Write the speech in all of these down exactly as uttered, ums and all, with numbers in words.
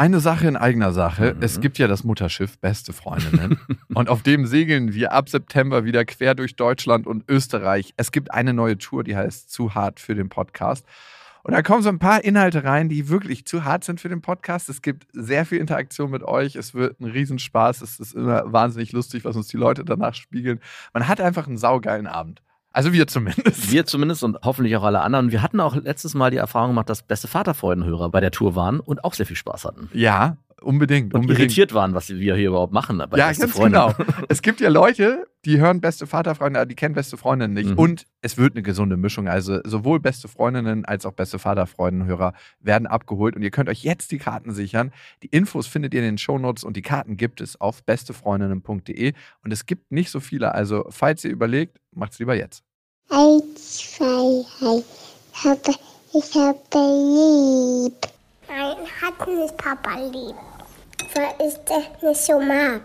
Eine Sache in eigener Sache. Mhm. Es gibt ja das Mutterschiff Beste Freundinnen. Und auf dem segeln wir ab September wieder quer durch Deutschland und Österreich. Es gibt eine neue Tour, die heißt Zu hart für den Podcast. Und da kommen so ein paar Inhalte rein, die wirklich zu hart sind für den Podcast. Es gibt sehr viel Interaktion mit euch. Es wird ein Riesenspaß. Es ist immer wahnsinnig lustig, was uns die Leute danach spiegeln. Man hat einfach einen saugeilen Abend. Also wir zumindest. Wir zumindest und hoffentlich auch alle anderen. Wir hatten auch letztes Mal die Erfahrung gemacht, dass beste Vaterfreudenhörer bei der Tour waren und auch sehr viel Spaß hatten. Ja, unbedingt. Und unbedingt. irritiert waren, was wir hier überhaupt machen. Bei Ja, beste ganz Freunde. genau. Es gibt ja Leute, die hören beste Vaterfreunde, die kennen beste Freundinnen nicht. Mhm. Und es wird eine gesunde Mischung. Also sowohl beste Freundinnen als auch beste Vaterfreundenhörer werden abgeholt. Und ihr könnt euch jetzt die Karten sichern. Die Infos findet ihr in den Shownotes und die Karten gibt es auf bestefreundinnen punkt de. Und es gibt nicht so viele. Also falls ihr überlegt, macht's lieber jetzt. Eins, zwei, drei. Ich habe, ich habe lieb. Nein, hat nicht Papa lieb. Weil ich das nicht so mag.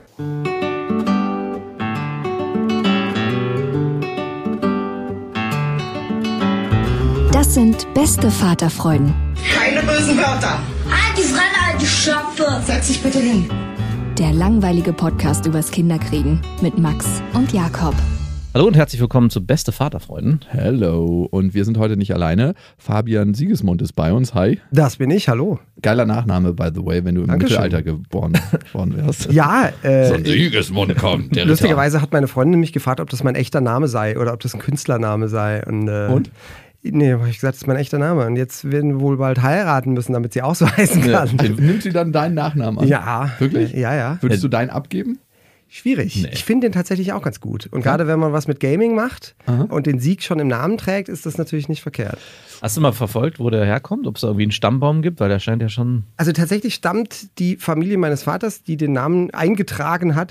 Das sind beste Vaterfreuden. Keine bösen Wörter. Halt die Fremde, halt die Schöpfe. Setz dich bitte hin. Der langweilige Podcast übers Kinderkriegen mit Max und Jakob. Hallo und herzlich willkommen zu Beste Vaterfreuden. Hello. Und wir sind heute nicht alleine. Fabian Siegesmund ist bei uns. Hi. Das bin ich, hallo. Geiler Nachname, by the way, wenn du im Dankeschön. Mittelalter geboren worden wärst. Ja, äh, So ein Siegesmund kommt. Der lustigerweise hat meine Freundin mich gefragt, ob das mein echter Name sei oder ob das ein Künstlername sei. Und? Äh, Und? Nee, habe ich gesagt, das ist mein echter Name. Und jetzt werden wir wohl bald heiraten müssen, damit sie auch so heißen Ja. kann. Nimmt sie dann deinen Nachnamen an? Ja. Wirklich? Ja, ja. Würdest du deinen abgeben? Schwierig. Nee. Ich finde den tatsächlich auch ganz gut. Und gerade wenn man was mit Gaming macht Aha. und den Sieg schon im Namen trägt, ist das natürlich nicht verkehrt. Hast du mal verfolgt, wo der herkommt? Ob es da irgendwie einen Stammbaum gibt? Weil der scheint ja schon... Also tatsächlich stammt die Familie meines Vaters, die den Namen eingetragen hat,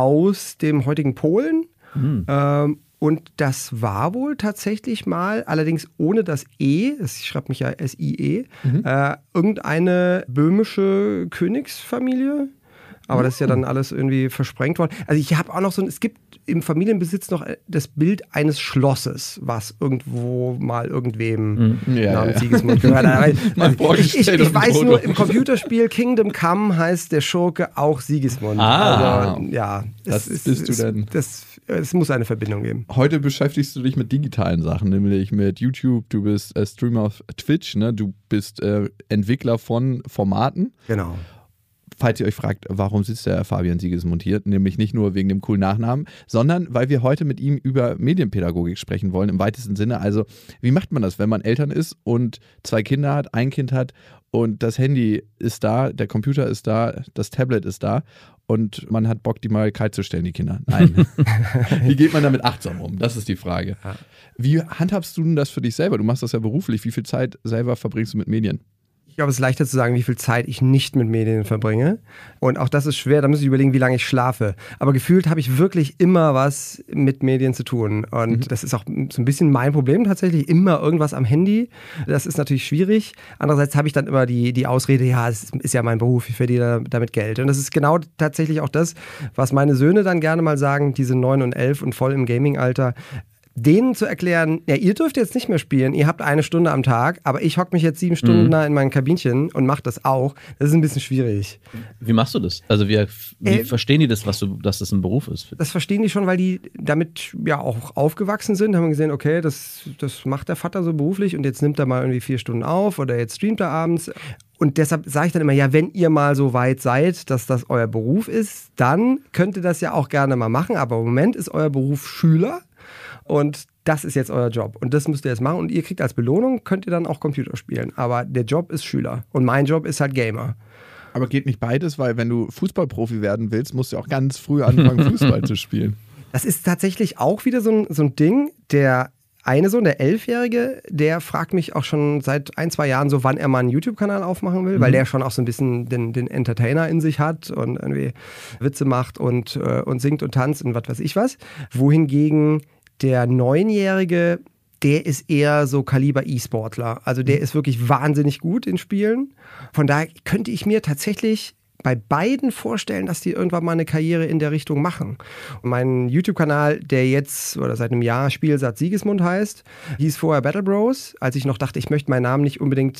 aus dem heutigen Polen. Hm. Ähm, und das war wohl tatsächlich mal, allerdings ohne das E, das schreibt mich ja S I E, Mhm. äh, irgendeine böhmische Königsfamilie. Aber das ist ja dann alles irgendwie versprengt worden. Also ich habe auch noch so ein, es gibt im Familienbesitz noch das Bild eines Schlosses, was irgendwo mal irgendwem Mhm. Ja, namens ja. Sigismund gehört hat. Man Also ich, ich, vorgestellt ich und weiß Frodo. nur, im Computerspiel Kingdom Come heißt der Schurke auch Sigismund. Ah. Also, ja. Das es, bist du es, denn. Das, es muss eine Verbindung geben. Heute beschäftigst du dich mit digitalen Sachen, nämlich mit YouTube. Du bist äh, Streamer auf Twitch, ne? Du bist äh, Entwickler von Formaten. Genau. Falls ihr euch fragt, warum sitzt der Fabian Siegesmund hier, nämlich nicht nur wegen dem coolen Nachnamen, sondern weil wir heute mit ihm über Medienpädagogik sprechen wollen, im weitesten Sinne. Also, wie macht man das, wenn man Eltern ist und zwei Kinder hat, ein Kind hat und das Handy ist da, der Computer ist da, das Tablet ist da und man hat Bock, die mal kalt zu stellen, die Kinder? Nein. Wie geht man damit achtsam um? Das ist die Frage. Wie handhabst du denn das für dich selber? Du machst das ja beruflich. Wie viel Zeit selber verbringst du mit Medien? Ich glaube, es ist leichter zu sagen, wie viel Zeit ich nicht mit Medien verbringe. Und auch das ist schwer, da muss ich überlegen, wie lange ich schlafe. Aber gefühlt habe ich wirklich immer was mit Medien zu tun. Und mhm. das ist auch so ein bisschen mein Problem tatsächlich, immer irgendwas am Handy. Das ist natürlich schwierig. Andererseits habe ich dann immer die, die Ausrede, ja, es ist ja mein Beruf, ich verdiene damit Geld. Und das ist genau tatsächlich auch das, was meine Söhne dann gerne mal sagen, diese neun und elf und voll im Gaming-Alter, denen zu erklären, ja, ihr dürft jetzt nicht mehr spielen, ihr habt eine Stunde am Tag, aber ich hocke mich jetzt sieben Stunden Mhm. da in mein Kabinchen und mache das auch. Das ist ein bisschen schwierig. Wie machst du das? Also wie, wie Äh, verstehen die das, was du, dass das ein Beruf ist? Das verstehen die schon, weil die damit ja auch aufgewachsen sind, haben gesehen, okay, das, das macht der Vater so beruflich und jetzt nimmt er mal irgendwie vier Stunden auf oder jetzt streamt er abends. Und deshalb sage ich dann immer, ja, wenn ihr mal so weit seid, dass das euer Beruf ist, dann könnt ihr das ja auch gerne mal machen, aber im Moment ist euer Beruf Schüler. Und das ist jetzt euer Job. Und das müsst ihr jetzt machen. Und ihr kriegt als Belohnung, könnt ihr dann auch Computer spielen. Aber der Job ist Schüler. Und mein Job ist halt Gamer. Aber geht nicht beides, weil wenn du Fußballprofi werden willst, musst du auch ganz früh anfangen, Fußball zu spielen. Das ist tatsächlich auch wieder so ein, so ein Ding. Der eine Sohn, der Elfjährige, der fragt mich auch schon seit ein, zwei Jahren so, wann er mal einen YouTube-Kanal aufmachen will, mhm. weil der schon auch so ein bisschen den, den Entertainer in sich hat und irgendwie Witze macht und, äh, und singt und tanzt und was weiß ich was. Wohingegen der Neunjährige, der ist eher so Kaliber E-Sportler. Also der ist wirklich wahnsinnig gut in Spielen. Von daher könnte ich mir tatsächlich bei beiden vorstellen, dass die irgendwann mal eine Karriere in der Richtung machen. Und mein YouTube-Kanal, der jetzt oder seit einem Jahr Spielsatz Siegesmund heißt, hieß vorher Battle Bros, als ich noch dachte, ich möchte meinen Namen nicht unbedingt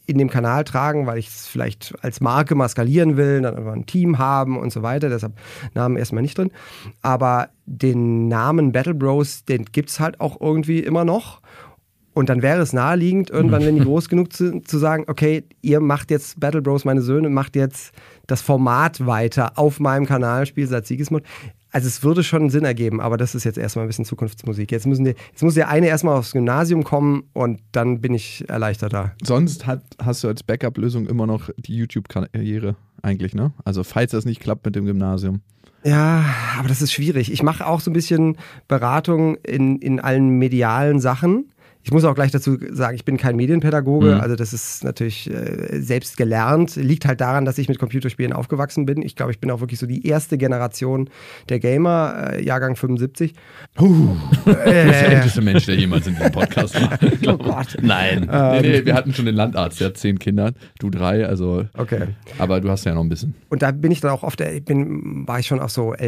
in dem Kanal tragen, weil ich es vielleicht als Marke mal skalieren will, dann einfach ein Team haben und so weiter. Deshalb Namen erstmal nicht drin. Aber den Namen Battle Bros, den gibt es halt auch irgendwie immer noch. Und dann wäre es naheliegend, irgendwann, wenn die groß genug zu, zu sagen, okay, ihr macht jetzt Battle Bros, meine Söhne, macht jetzt das Format weiter auf meinem Kanal, Spielsatz Sigismund. Also es würde schon Sinn ergeben, aber das ist jetzt erstmal ein bisschen Zukunftsmusik. Jetzt, müssen die, jetzt muss der eine erstmal aufs Gymnasium kommen und dann bin ich erleichterter. Sonst hat, hast du als Backup-Lösung immer noch die YouTube-Karriere eigentlich, ne? Also falls das nicht klappt mit dem Gymnasium. Ja, aber das ist schwierig. Ich mache auch so ein bisschen Beratung in, in allen medialen Sachen. Ich muss auch gleich dazu sagen, ich bin kein Medienpädagoge, mhm. also das ist natürlich äh, selbst gelernt. Liegt halt daran, dass ich mit Computerspielen aufgewachsen bin. Ich glaube, ich bin auch wirklich so die erste Generation der Gamer, äh, Jahrgang fünfundsiebzig. Uh, äh, der älteste Mensch, der jemals in diesem Podcast war. Oh Gott. Nein. Ähm, nee, nee, wir hatten schon den Landarzt, der hat zehn Kinder, du drei, also. Okay. Aber du hast ja noch ein bisschen. Und da bin ich dann auch oft, ich bin, war ich schon auf so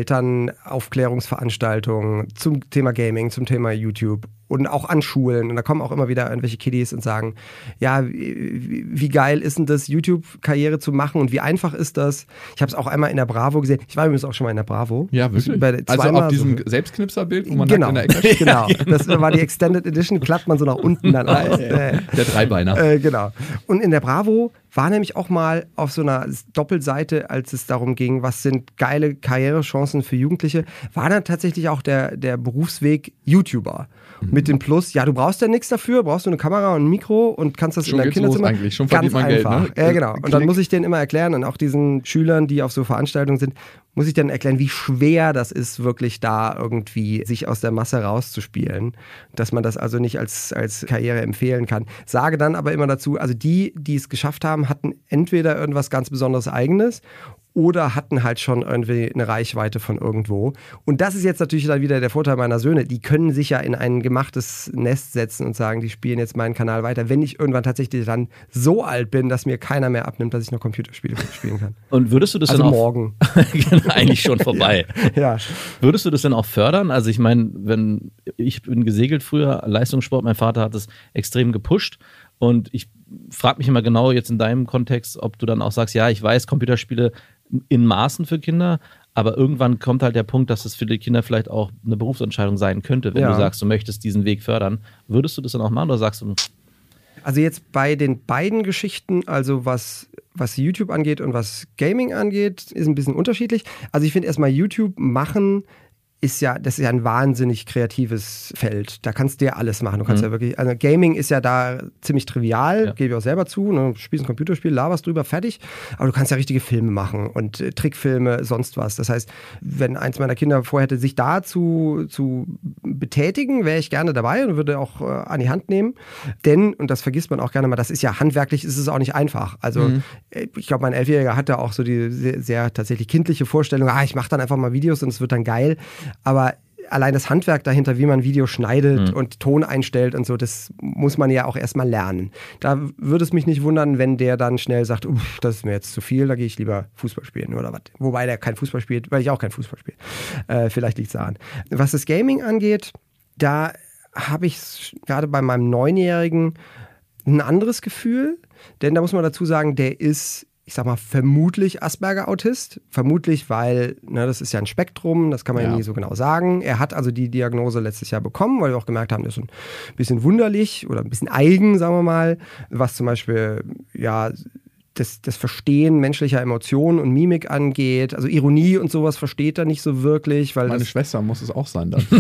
Elternaufklärungsveranstaltungen zum Thema Gaming, zum Thema YouTube. Und auch an Schulen. Und da kommen auch immer wieder irgendwelche Kiddies und sagen, ja, wie, wie geil ist denn das, YouTube-Karriere zu machen und wie einfach ist das? Ich habe es auch einmal in der Bravo gesehen. Ich war übrigens auch schon mal in der Bravo. Ja, wirklich? Bei, also auf diesem so Selbstknipserbild, wo man genau, in der Ecke steht? Genau, das war die Extended Edition, klappt man so nach unten dann aus. Der Dreibeiner. Äh, genau. Und in der Bravo war nämlich auch mal auf so einer Doppelseite, als es darum ging, was sind geile Karrierechancen für Jugendliche, war dann tatsächlich auch der, der Berufsweg YouTuber. Mhm. Mit dem Plus, ja, du brauchst ja nichts dafür, brauchst du eine Kamera und ein Mikro und kannst das schon in deinem Kinderzimmer. Los eigentlich. Schon verdient man Geld, ne? Ja, genau. Und dann muss ich denen immer erklären und auch diesen Schülern, die auf so Veranstaltungen sind, muss ich dann erklären, wie schwer das ist, wirklich da irgendwie sich aus der Masse rauszuspielen. Dass man das also nicht als, als Karriere empfehlen kann. Sage dann aber immer dazu, also die, die es geschafft haben, hatten entweder irgendwas ganz Besonderes Eigenes oder hatten halt schon irgendwie eine Reichweite von irgendwo. Und das ist jetzt natürlich dann wieder der Vorteil meiner Söhne. Die können sich ja in ein gemachtes Nest setzen und sagen, die spielen jetzt meinen Kanal weiter, wenn ich irgendwann tatsächlich dann so alt bin, dass mir keiner mehr abnimmt, dass ich noch Computerspiele spielen kann. Und würdest du das also dann auch... morgen. Eigentlich schon vorbei. Ja. Würdest du das denn auch fördern? Also ich meine, wenn ich bin gesegelt früher, Leistungssport, mein Vater hat es extrem gepusht. Und ich frage mich immer genau jetzt in deinem Kontext, ob du dann auch sagst, ja, ich weiß, Computerspiele in Maßen für Kinder, aber irgendwann kommt halt der Punkt, dass es für die Kinder vielleicht auch eine Berufsentscheidung sein könnte, wenn ja. du sagst, du möchtest diesen Weg fördern. Würdest du das dann auch machen oder sagst du... Also jetzt bei den beiden Geschichten, also was, was YouTube angeht und was Gaming angeht, ist ein bisschen unterschiedlich. Also ich finde erstmal YouTube machen... ist ja, das ist ja ein wahnsinnig kreatives Feld. Da kannst du ja alles machen. Du kannst mhm. ja wirklich, also Gaming ist ja da ziemlich trivial, ja. gebe ich auch selber zu. Ne? Du spielst ein Computerspiel, laberst drüber, fertig. Aber du kannst ja richtige Filme machen und äh, Trickfilme, sonst was. Das heißt, wenn eins meiner Kinder vorhätte, sich da zu, zu betätigen, wäre ich gerne dabei und würde auch äh, an die Hand nehmen. Denn, und das vergisst man auch gerne mal, das ist ja handwerklich, ist es auch nicht einfach. Also mhm. ich glaube, mein Elfjähriger hat da auch so die sehr, sehr tatsächlich kindliche Vorstellung, ah, ich mache dann einfach mal Videos und es wird dann geil. Aber allein das Handwerk dahinter, wie man Video schneidet mhm. und Ton einstellt und so, das muss man ja auch erstmal lernen. Da würde es mich nicht wundern, wenn der dann schnell sagt, das ist mir jetzt zu viel, da gehe ich lieber Fußball spielen oder was. Wobei der kein Fußball spielt, weil ich auch kein Fußball spiele. Äh, vielleicht liegt es daran. Was das Gaming angeht, da habe ich gerade bei meinem Neunjährigen ein anderes Gefühl, denn da muss man dazu sagen, der ist ich sag mal, vermutlich Asperger-Autist. Vermutlich, weil, ne, das ist ja ein Spektrum, das kann man ja. ja nie so genau sagen. Er hat also die Diagnose letztes Jahr bekommen, weil wir auch gemerkt haben, das ist ein bisschen wunderlich oder ein bisschen eigen, sagen wir mal, was zum Beispiel, ja, das, das Verstehen menschlicher Emotionen und Mimik angeht. Also Ironie und sowas versteht er nicht so wirklich. Weil Meine das Schwester muss es auch sein dann.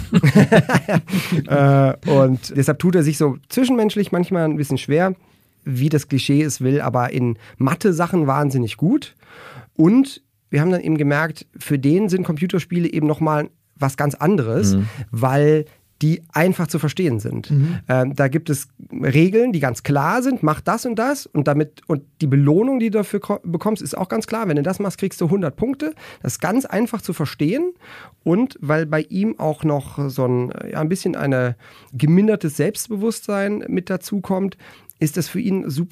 äh, und deshalb tut er sich so zwischenmenschlich manchmal ein bisschen schwer, wie das Klischee es will, aber in Mathe-Sachen wahnsinnig gut. Und wir haben dann eben gemerkt, für den sind Computerspiele eben nochmal was ganz anderes, mhm. weil die einfach zu verstehen sind. Mhm. Ähm, da gibt es Regeln, die ganz klar sind, mach das und das und damit und die Belohnung, die du dafür ko- bekommst, ist auch ganz klar. Wenn du das machst, kriegst du hundert Punkte. Das ist ganz einfach zu verstehen und weil bei ihm auch noch so ein, ja, ein bisschen ein gemindertes Selbstbewusstsein mit dazu kommt, ist das für ihn super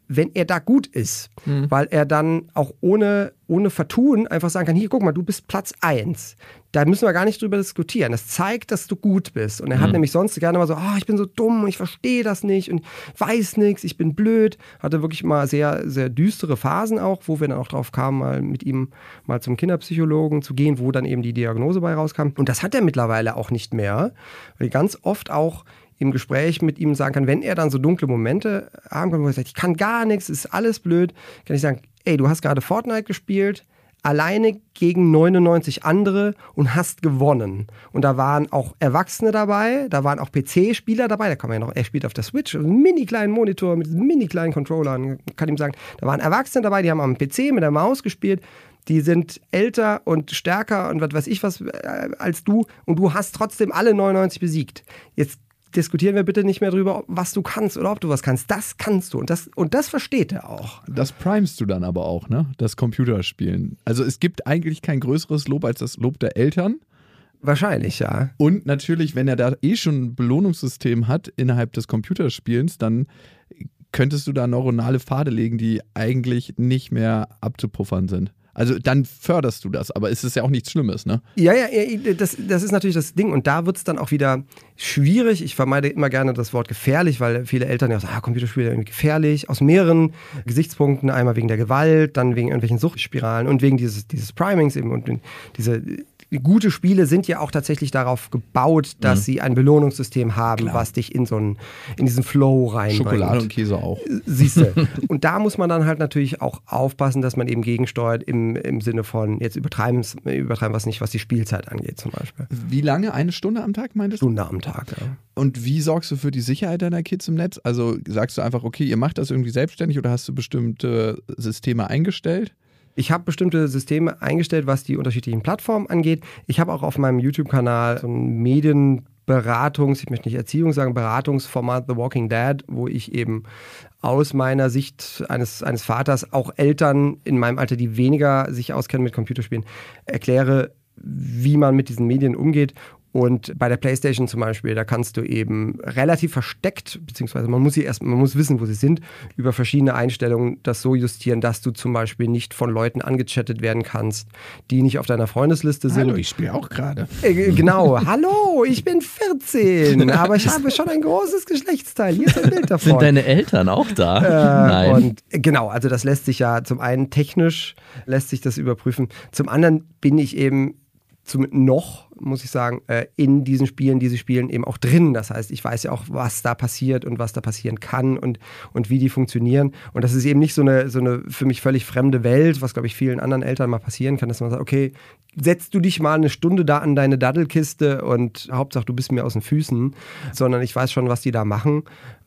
wenn er da gut ist, Mhm. weil er dann auch ohne, ohne Vertun einfach sagen kann, hier, guck mal, du bist Platz eins. Da müssen wir gar nicht drüber diskutieren. Das zeigt, dass du gut bist. Und er hat Mhm. nämlich sonst gerne mal so, ah, ich bin so dumm und ich verstehe das nicht und weiß nichts, ich bin blöd. Hatte wirklich mal sehr, sehr düstere Phasen auch, wo wir dann auch drauf kamen, mal mit ihm mal zum Kinderpsychologen zu gehen, wo dann eben die Diagnose bei rauskam. Und das hat er mittlerweile auch nicht mehr, weil ganz oft auch im Gespräch mit ihm sagen kann, wenn er dann so dunkle Momente haben kann, wo er sagt, ich kann gar nichts, ist alles blöd, kann ich sagen, ey, du hast gerade Fortnite gespielt, alleine gegen neunundneunzig andere und hast gewonnen. Und da waren auch Erwachsene dabei, da waren auch P C-Spieler dabei, da kann man ja noch, er spielt auf der Switch, einen mini kleinen Monitor mit einem mini kleinen Controller, und kann ihm sagen, da waren Erwachsene dabei, die haben am P C mit der Maus gespielt, die sind älter und stärker und was weiß ich was äh, als du und du hast trotzdem alle neunundneunzig besiegt. Jetzt diskutieren wir bitte nicht mehr drüber, was du kannst oder ob du was kannst. Das kannst du und das, und das versteht er auch. Das primest du dann aber auch, ne? Das Computerspielen. Also es gibt eigentlich kein größeres Lob als das Lob der Eltern. Wahrscheinlich, ja. Und natürlich, wenn er da eh schon ein Belohnungssystem hat innerhalb des Computerspielens, dann könntest du da neuronale Pfade legen, die eigentlich nicht mehr abzupuffern sind. Also dann förderst du das, aber es ist ja auch nichts Schlimmes, ne? Ja, ja, ja das, das ist natürlich das Ding. Und da wird es dann auch wieder schwierig. Ich vermeide immer gerne das Wort gefährlich, weil viele Eltern ja sagen, ah, Computerspiele sind irgendwie gefährlich. Aus mehreren Gesichtspunkten. Einmal wegen der Gewalt, dann wegen irgendwelchen Suchtspiralen und wegen dieses, dieses Primings eben. Und diese gute Spiele sind ja auch tatsächlich darauf gebaut, dass mhm. sie ein Belohnungssystem haben, Klar. was dich in so einen, in diesen Flow reinbringt. Schokolade und Käse auch. Siehst du. Und da muss man dann halt natürlich auch aufpassen, dass man eben gegensteuert im, im Sinne von, jetzt übertreiben übertreiben wir es nicht, was die Spielzeit angeht zum Beispiel. Wie lange? Eine Stunde am Tag, meintest du? Stunde am Tag, ja. Und wie sorgst du für die Sicherheit deiner Kids im Netz? Also sagst du einfach, okay, ihr macht das irgendwie selbstständig oder hast du bestimmte Systeme eingestellt? Ich habe bestimmte Systeme eingestellt, was die unterschiedlichen Plattformen angeht. Ich habe auch auf meinem YouTube-Kanal so ein Medienberatungs-, ich möchte nicht Erziehung sagen, Beratungsformat The Walking Dad, wo ich eben aus meiner Sicht eines, eines Vaters auch Eltern in meinem Alter, die weniger sich auskennen mit Computerspielen, erkläre, wie man mit diesen Medien umgeht. Und bei der PlayStation zum Beispiel, da kannst du eben relativ versteckt, beziehungsweise man muss sie erst, man muss wissen, wo sie sind, über verschiedene Einstellungen das so justieren, dass du zum Beispiel nicht von Leuten angechattet werden kannst, die nicht auf deiner Freundesliste sind. Hallo, ich spiele auch gerade. Äh, genau, hallo, ich bin vierzehn, aber ich habe schon ein großes Geschlechtsteil. Hier ist ein Bild davon. Sind deine Eltern auch da? Äh, Nein. Und genau, also das lässt sich ja zum einen technisch, lässt sich das überprüfen. Zum anderen bin ich eben zum noch, muss ich sagen, in diesen Spielen, die sie spielen, eben auch drin. Das heißt, ich weiß ja auch, was da passiert und was da passieren kann und, und wie die funktionieren. Und das ist eben nicht so eine, so eine für mich völlig fremde Welt, was, glaube ich, vielen anderen Eltern mal passieren kann, dass man sagt, okay, setzt du dich mal eine Stunde da an deine Daddelkiste und Hauptsache, du bist mir aus den Füßen, sondern ich weiß schon, was die da machen.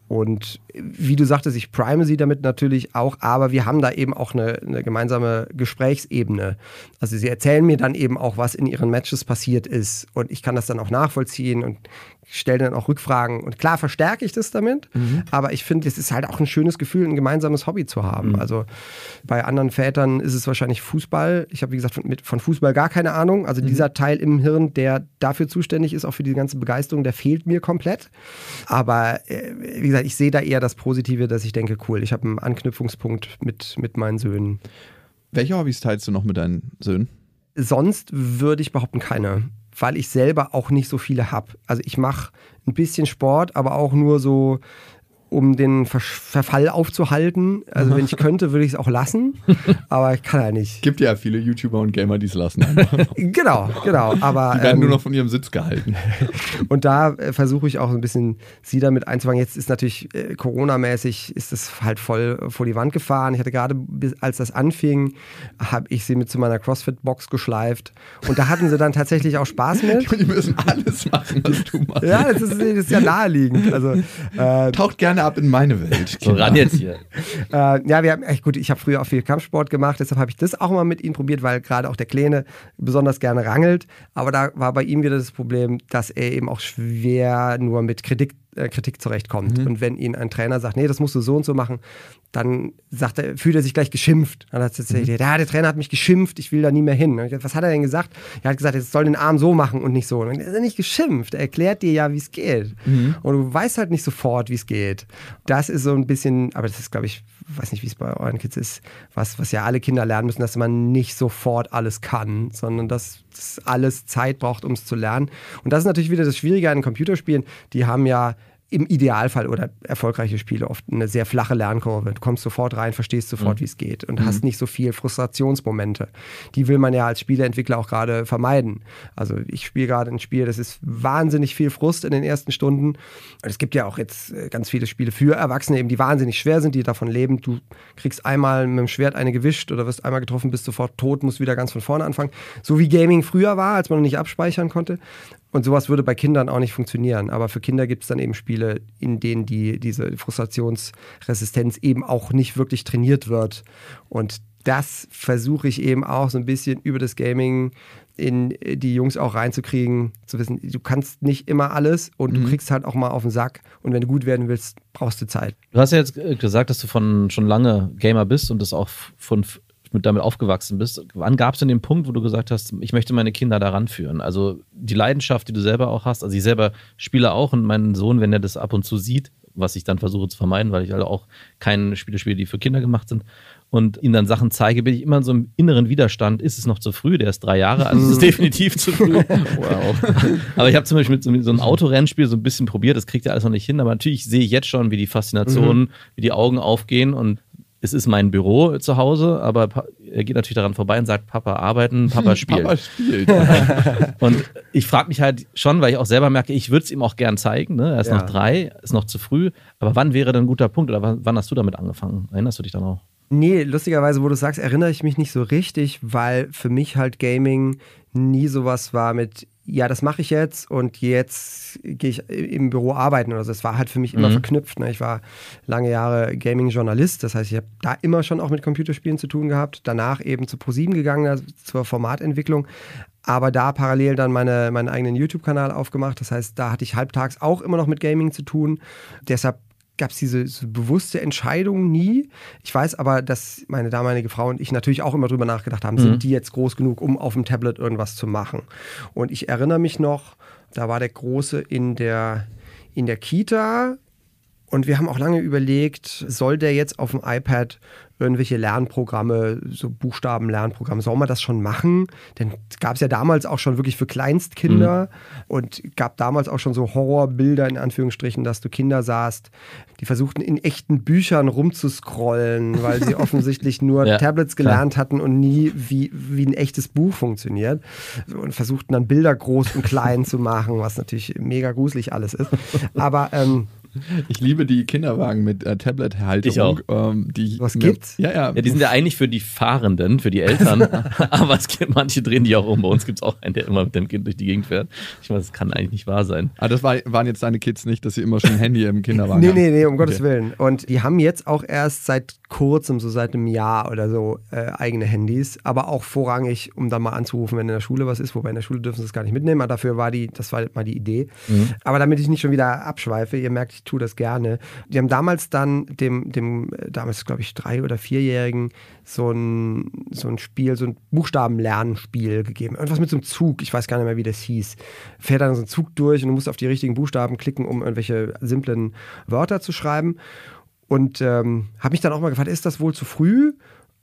Und wie du sagtest, ich prime sie damit natürlich auch, aber wir haben da eben auch eine, eine gemeinsame Gesprächsebene. Also sie erzählen mir dann eben auch, was in ihren Matches passiert ist und ich kann das dann auch nachvollziehen und stelle dann auch Rückfragen. Und klar verstärke ich das damit, mhm. aber ich finde, es ist halt auch ein schönes Gefühl, ein gemeinsames Hobby zu haben. Mhm. Also bei anderen Vätern ist es wahrscheinlich Fußball. Ich habe, wie gesagt, von, mit, von Fußball gar keine Ahnung. Also mhm. dieser Teil im Hirn, der dafür zuständig ist, auch für die ganze Begeisterung, der fehlt mir komplett. Aber äh, wie gesagt, ich sehe da eher das Positive, dass ich denke, cool, ich habe einen Anknüpfungspunkt mit, mit meinen Söhnen. Welche Hobbys teilst du noch mit deinen Söhnen? Sonst würde ich behaupten, keine. Weil ich selber auch nicht so viele habe. Also ich mache ein bisschen Sport, aber auch nur so, um den Ver- Verfall aufzuhalten. Also wenn ich könnte, würde ich es auch lassen, aber ich kann ja nicht. Gibt ja viele YouTuber und Gamer, die es lassen. Genau, genau. Aber, die werden ähm, nur noch von ihrem Sitz gehalten. Und da äh, versuche ich auch so ein bisschen sie damit einzufangen. Jetzt ist natürlich äh, Corona-mäßig, ist das halt voll vor die Wand gefahren. Ich hatte gerade, als das anfing, habe ich sie mit zu meiner CrossFit-Box geschleift. Und da hatten sie dann tatsächlich auch Spaß mit. Die müssen alles machen, was du machst. Ja, das ist, das ist ja naheliegend. Also, äh, taucht gerne ab in meine Welt. So ran jetzt hier. Äh, ja, wir haben echt gut, ich habe früher auch viel Kampfsport gemacht, deshalb habe ich das auch mal mit ihm probiert, weil gerade auch der Kleine besonders gerne rangelt. Aber da war bei ihm wieder das Problem, dass er eben auch schwer nur mit Kritik, äh, Kritik zurechtkommt. Mhm. Und wenn ihn ein Trainer sagt, nee, das musst du so und so machen, dann sagt er, fühlt er sich gleich geschimpft. Dann hat er gesagt, mhm. ja, der Trainer hat mich geschimpft, ich will da nie mehr hin. Dachte, was hat er denn gesagt? Er hat gesagt, jetzt soll den Arm so machen und nicht so. Und dann ist er nicht geschimpft, er erklärt dir ja, wie es geht. Mhm. Und du weißt halt nicht sofort, wie es geht. Das ist so ein bisschen, aber das ist, glaube ich, weiß nicht, wie es bei euren Kids ist, was, was ja alle Kinder lernen müssen, dass man nicht sofort alles kann, sondern dass das alles Zeit braucht, um es zu lernen. Und das ist natürlich wieder das Schwierige an den Computerspielen. Die haben ja im Idealfall oder erfolgreiche Spiele oft eine sehr flache Lernkurve. Du kommst sofort rein, verstehst sofort, mhm. wie es geht und mhm. hast nicht so viel Frustrationsmomente. Die will man ja als Spieleentwickler auch gerade vermeiden. Also ich spiele gerade ein Spiel, das ist wahnsinnig viel Frust in den ersten Stunden. Und es gibt ja auch jetzt ganz viele Spiele für Erwachsene, eben die wahnsinnig schwer sind, die davon leben. Du kriegst einmal mit dem Schwert eine gewischt oder wirst einmal getroffen, bist sofort tot, musst wieder ganz von vorne anfangen. So wie Gaming früher war, als man noch nicht abspeichern konnte. Und sowas würde bei Kindern auch nicht funktionieren. Aber für Kinder gibt es dann eben Spiele, in denen die, diese Frustrationsresistenz eben auch nicht wirklich trainiert wird. Und das versuche ich eben auch so ein bisschen über das Gaming in die Jungs auch reinzukriegen, zu wissen, du kannst nicht immer alles und mhm. du kriegst halt auch mal auf den Sack. Und wenn du gut werden willst, brauchst du Zeit. Du hast ja jetzt gesagt, dass du von schon lange Gamer bist und das auch von mit damit aufgewachsen bist. Wann gab es denn den Punkt, wo du gesagt hast, ich möchte meine Kinder daran führen? Also die Leidenschaft, die du selber auch hast, also ich selber spiele auch und mein Sohn, wenn er das ab und zu sieht, was ich dann versuche zu vermeiden, weil ich halt auch keine Spiele spiele, die für Kinder gemacht sind und ihm dann Sachen zeige, bin ich immer in so einem inneren Widerstand. Ist es noch zu früh? Der ist drei Jahre, also es ist definitiv zu früh. Wow. Aber ich habe zum Beispiel mit so, mit so einem Autorennspiel so ein bisschen probiert, das kriegt er alles noch nicht hin, aber natürlich sehe ich jetzt schon, wie die Faszination, mhm. wie die Augen aufgehen und es ist mein Büro zu Hause, aber er geht natürlich daran vorbei und sagt, Papa arbeiten, Papa spielen. Papa spielt. Und ich frage mich halt schon, weil ich auch selber merke, ich würde es ihm auch gern zeigen. Ne? Er ist ja. noch drei, ist noch zu früh. Aber wann wäre denn ein guter Punkt? Oder wann, wann hast du damit angefangen? Erinnerst du dich dann auch? Nee, lustigerweise, wo du sagst, erinnere ich mich nicht so richtig, weil für mich halt Gaming nie sowas war mit, ja, das mache ich jetzt und jetzt gehe ich im Büro arbeiten oder so. Das war halt für mich immer mhm. verknüpft. Ne? Ich war lange Jahre Gaming-Journalist, das heißt, ich habe da immer schon auch mit Computerspielen zu tun gehabt. Danach eben zu ProSieben gegangen, also zur Formatentwicklung. Aber da parallel dann meine, meinen eigenen YouTube-Kanal aufgemacht. Das heißt, da hatte ich halbtags auch immer noch mit Gaming zu tun. Deshalb gab es diese, diese bewusste Entscheidung nie. Ich weiß aber, dass meine damalige Frau und ich natürlich auch immer drüber nachgedacht haben, mhm. sind die jetzt groß genug, um auf dem Tablet irgendwas zu machen? Und ich erinnere mich noch, da war der Große in der, in der Kita und wir haben auch lange überlegt, soll der jetzt auf dem iPad irgendwelche Lernprogramme, so Buchstabenlernprogramme, soll man das schon machen? Denn gab es ja damals auch schon wirklich für Kleinstkinder mhm. und gab damals auch schon so Horrorbilder in Anführungsstrichen, dass du Kinder sahst, die versuchten in echten Büchern rumzuscrollen, weil sie offensichtlich nur ja, Tablets gelernt klar. hatten und nie wie, wie ein echtes Buch funktioniert und versuchten dann Bilder groß und klein zu machen, was natürlich mega gruselig alles ist. Aber ähm, ich liebe die Kinderwagen mit äh, Tablet-Halterung. Ich auch. Ähm, die Was gibt's? Ja, ja. Ja, die sind ja eigentlich für die Fahrenden, für die Eltern. Aber es gibt, manche drehen die auch um. Bei uns gibt es auch einen, der immer mit dem Kind durch die Gegend fährt. Ich meine, das kann eigentlich nicht wahr sein. Aber das war, waren jetzt deine Kids nicht, dass sie immer schon ein Handy im Kinderwagen nee, haben? Nee, nee, um okay. Gottes Willen. Und die haben jetzt auch erst seit kurzem, so seit einem Jahr oder so, äh, eigene Handys. Aber auch vorrangig, um dann mal anzurufen, wenn in der Schule was ist. Wobei in der Schule dürfen sie es gar nicht mitnehmen. Aber dafür war die, das war mal die Idee. Mhm. Aber damit ich nicht schon wieder abschweife, ihr merkt, ich tue das gerne. Die haben damals dann dem, dem damals glaube ich drei- oder vierjährigen so ein, so ein Spiel, so ein Buchstabenlernspiel gegeben. Irgendwas mit so einem Zug, ich weiß gar nicht mehr, wie das hieß. Fährt dann so ein Zug durch und du musst auf die richtigen Buchstaben klicken, um irgendwelche simplen Wörter zu schreiben. Und ähm, habe mich dann auch mal gefragt, ist das wohl zu früh?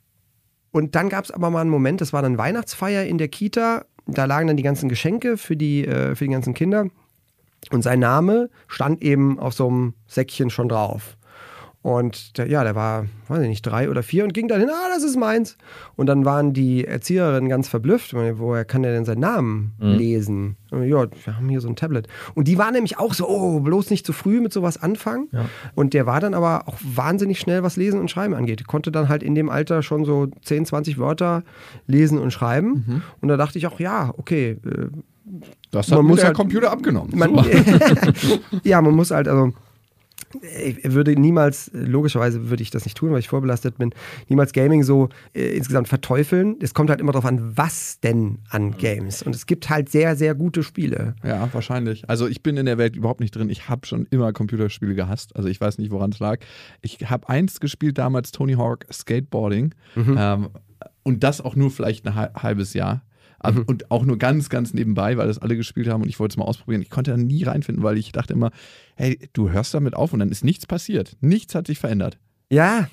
Und dann gab es aber mal einen Moment, das war dann Weihnachtsfeier in der Kita, da lagen dann die ganzen Geschenke für die, äh, für die ganzen Kinder. Und sein Name stand eben auf so einem Säckchen schon drauf. Und der, ja, der war, weiß ich nicht, drei oder vier und ging dann hin, ah, das ist meins. Und dann waren die Erzieherinnen ganz verblüfft. Woher kann der denn seinen Namen mhm. lesen? Und ja, wir haben hier so ein Tablet. Und die waren nämlich auch so, oh, bloß nicht zu früh mit sowas anfangen. Ja. Und der war dann aber auch wahnsinnig schnell, was Lesen und Schreiben angeht. Ich konnte dann halt in dem Alter schon so zehn, zwanzig Wörter lesen und schreiben. Mhm. Und da dachte ich auch, ja, okay, äh, das hat man muss der halt, Computer abgenommen. Man, ja, man muss halt, also ich würde niemals, logischerweise würde ich das nicht tun, weil ich vorbelastet bin, niemals Gaming so äh, insgesamt verteufeln. Es kommt halt immer darauf an, was denn an Games. Und es gibt halt sehr, sehr gute Spiele. Ja, wahrscheinlich. Also ich bin in der Welt überhaupt nicht drin. Ich habe schon immer Computerspiele gehasst. Also ich weiß nicht, woran es lag. Ich habe eins gespielt damals, Tony Hawk Skateboarding. Mhm. Ähm, und das auch nur vielleicht ein halbes Jahr. Mhm. Und auch nur ganz, ganz nebenbei, weil das alle gespielt haben und ich wollte es mal ausprobieren. Ich konnte da nie reinfinden, weil ich dachte immer, hey, du hörst damit auf und dann ist nichts passiert. Nichts hat sich verändert. Ja.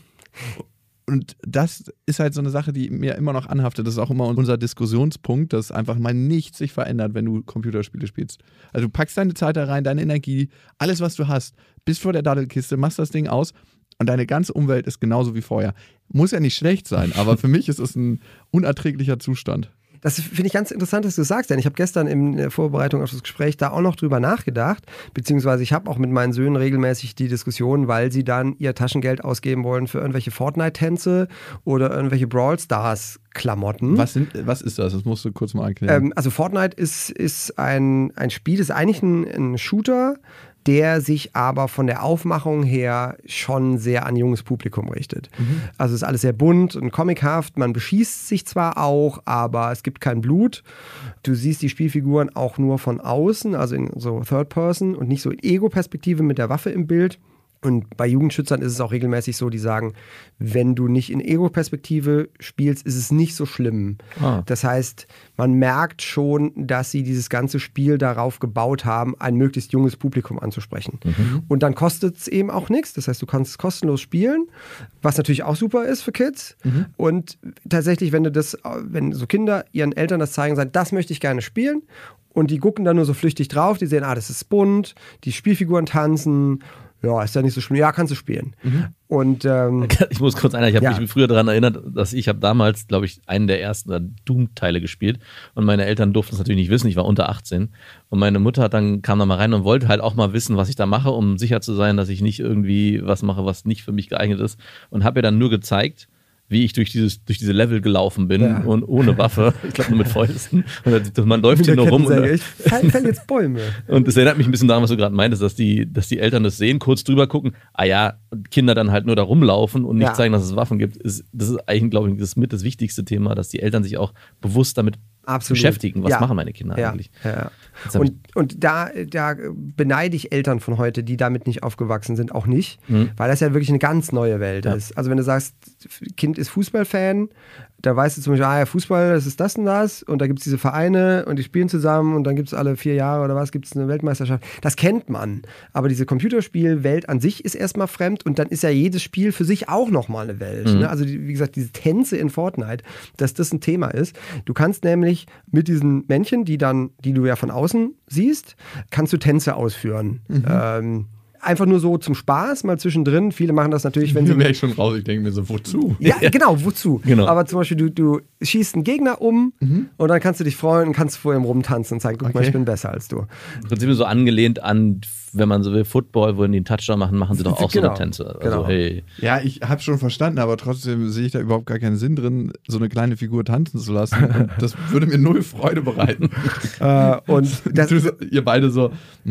Und das ist halt so eine Sache, die mir immer noch anhaftet. Das ist auch immer unser Diskussionspunkt, dass einfach mal nichts sich verändert, wenn du Computerspiele spielst. Also du packst deine Zeit da rein, deine Energie, alles, was du hast, bist vor der Daddelkiste, machst das Ding aus und deine ganze Umwelt ist genauso wie vorher. Muss ja nicht schlecht sein, aber für mich ist es ein unerträglicher Zustand. Das finde ich ganz interessant, dass du das sagst, denn ich habe gestern in der Vorbereitung auf das Gespräch da auch noch drüber nachgedacht, beziehungsweise ich habe auch mit meinen Söhnen regelmäßig die Diskussion, weil sie dann ihr Taschengeld ausgeben wollen für irgendwelche Fortnite-Tänze oder irgendwelche Brawl Stars-Klamotten. Was, sind, was ist das? Das musst du kurz mal erklären. Ähm, also Fortnite ist, ist ein, ein Spiel, ist eigentlich ein, ein Shooter, der sich aber von der Aufmachung her schon sehr an junges Publikum richtet. Mhm. Also ist alles sehr bunt und comichaft, man beschießt sich zwar auch, aber es gibt kein Blut. Du siehst die Spielfiguren auch nur von außen, also in so Third Person und nicht so in Ego-Perspektive mit der Waffe im Bild. Und bei Jugendschützern ist es auch regelmäßig so, die sagen, wenn du nicht in Ego-Perspektive spielst, ist es nicht so schlimm. Ah. Das heißt, man merkt schon, dass sie dieses ganze Spiel darauf gebaut haben, ein möglichst junges Publikum anzusprechen. Mhm. Und dann kostet es eben auch nichts. Das heißt, du kannst kostenlos spielen, was natürlich auch super ist für Kids. Mhm. Und tatsächlich, wenn du das, wenn so Kinder ihren Eltern das zeigen, sagen, das möchte ich gerne spielen, und die gucken dann nur so flüchtig drauf, die sehen, ah, das ist bunt, die Spielfiguren tanzen. Ja, ist ja nicht so schlimm. Ja, kannst du spielen. Mhm. Und ähm, ich muss kurz einer, ich habe ja. mich früher daran erinnert, dass ich habe damals, glaube ich, einen der ersten Doom-Teile gespielt und meine Eltern durften es natürlich nicht wissen, ich war unter achtzehn und meine Mutter hat dann, kam da mal rein und wollte halt auch mal wissen, was ich da mache, um sicher zu sein, dass ich nicht irgendwie was mache, was nicht für mich geeignet ist und habe ihr dann nur gezeigt, wie ich durch dieses durch diese Level gelaufen bin ja. und ohne Waffe, ich glaube nur mit Fäusten. Und man läuft hier nur rum. Und, ich fäll jetzt Bäume. Und das erinnert mich ein bisschen daran, was du gerade meintest, dass die, dass die Eltern das sehen, kurz drüber gucken, ah ja, Kinder dann halt nur da rumlaufen und nicht ja. zeigen, dass es Waffen gibt. Ist, das ist eigentlich, glaube ich, das mit das wichtigste Thema, dass die Eltern sich auch bewusst damit Absolut. beschäftigen. Was ja. machen meine Kinder ja. eigentlich? Ja. Und, und da, da beneide ich Eltern von heute, die damit nicht aufgewachsen sind, auch nicht, mhm. weil das ja wirklich eine ganz neue Welt ja. ist. Also wenn du sagst, Kind ist Fußballfan, da weißt du zum Beispiel, ah ja, Fußball, das ist das und das und da gibt es diese Vereine und die spielen zusammen und dann gibt es alle vier Jahre oder was, gibt es eine Weltmeisterschaft. Das kennt man. Aber diese Computerspielwelt an sich ist erstmal fremd und dann ist ja jedes Spiel für sich auch nochmal eine Welt. Mhm. Ne? Also wie gesagt, diese Tänze in Fortnite, dass das ein Thema ist. Du kannst nämlich mit diesen Männchen, die dann, die du ja von außen siehst, kannst du Tänze ausführen. Mhm. Ähm, Einfach nur so zum Spaß, mal zwischendrin. Viele machen das natürlich, wenn sie... Da wäre ich schon raus, ich denke mir so, wozu? Ja, genau, wozu? Genau. Aber zum Beispiel, du, du schießt einen Gegner um mhm. und dann kannst du dich freuen und kannst vor ihm rumtanzen und sagen, guck okay. mal, ich bin besser als du. Im Prinzip so angelehnt an, wenn man so will, Football, wo die einen Touchdown machen, machen sie doch auch genau. so eine Tänze. Also, genau. hey. Ja, ich habe schon verstanden, aber trotzdem sehe ich da überhaupt gar keinen Sinn drin, so eine kleine Figur tanzen zu lassen. Und das würde mir null Freude bereiten. äh, und das, ihr beide so,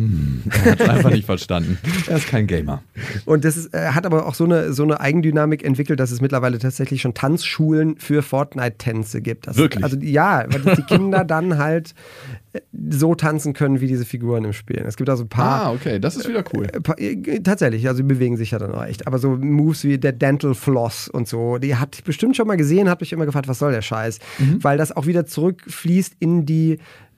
er hat es einfach nicht verstanden. Er ist kein Gamer. Und das ist, äh, hat aber auch so eine, so eine Eigendynamik entwickelt, dass es mittlerweile tatsächlich schon Tanzschulen für Fortnite-Tänze gibt. Das, Wirklich? Also ja, weil die Kinder dann halt so tanzen können wie diese Figuren im Spiel. Es gibt also ein paar... Ah, okay, das ist wieder cool. Äh, paar, äh, tatsächlich, also die bewegen sich ja dann auch echt. Aber so Moves wie der Dental Floss und so, die habt ihr bestimmt schon mal gesehen, habt euch immer gefragt, was soll der Scheiß? Mhm. Weil das auch wieder zurückfließt in die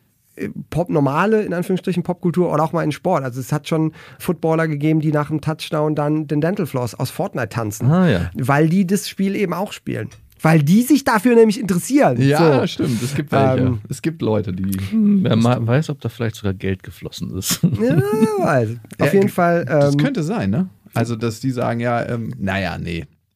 Pop normale, in Anführungsstrichen, Popkultur oder auch mal in Sport. Also es hat schon Footballer gegeben, die nach dem Touchdown dann den Dental Floss aus Fortnite tanzen. Ah, ja. Weil die das Spiel eben auch spielen. Weil die sich dafür nämlich interessieren. Ja, so. Stimmt. Es gibt welche. Ähm, es gibt Leute, die... Wer mal weiß, ob da vielleicht sogar Geld geflossen ist. Ja, weiß. Auf ja, jeden Fall... Ähm, das könnte sein, ne? Also, dass die sagen, ja, ähm, naja, nee.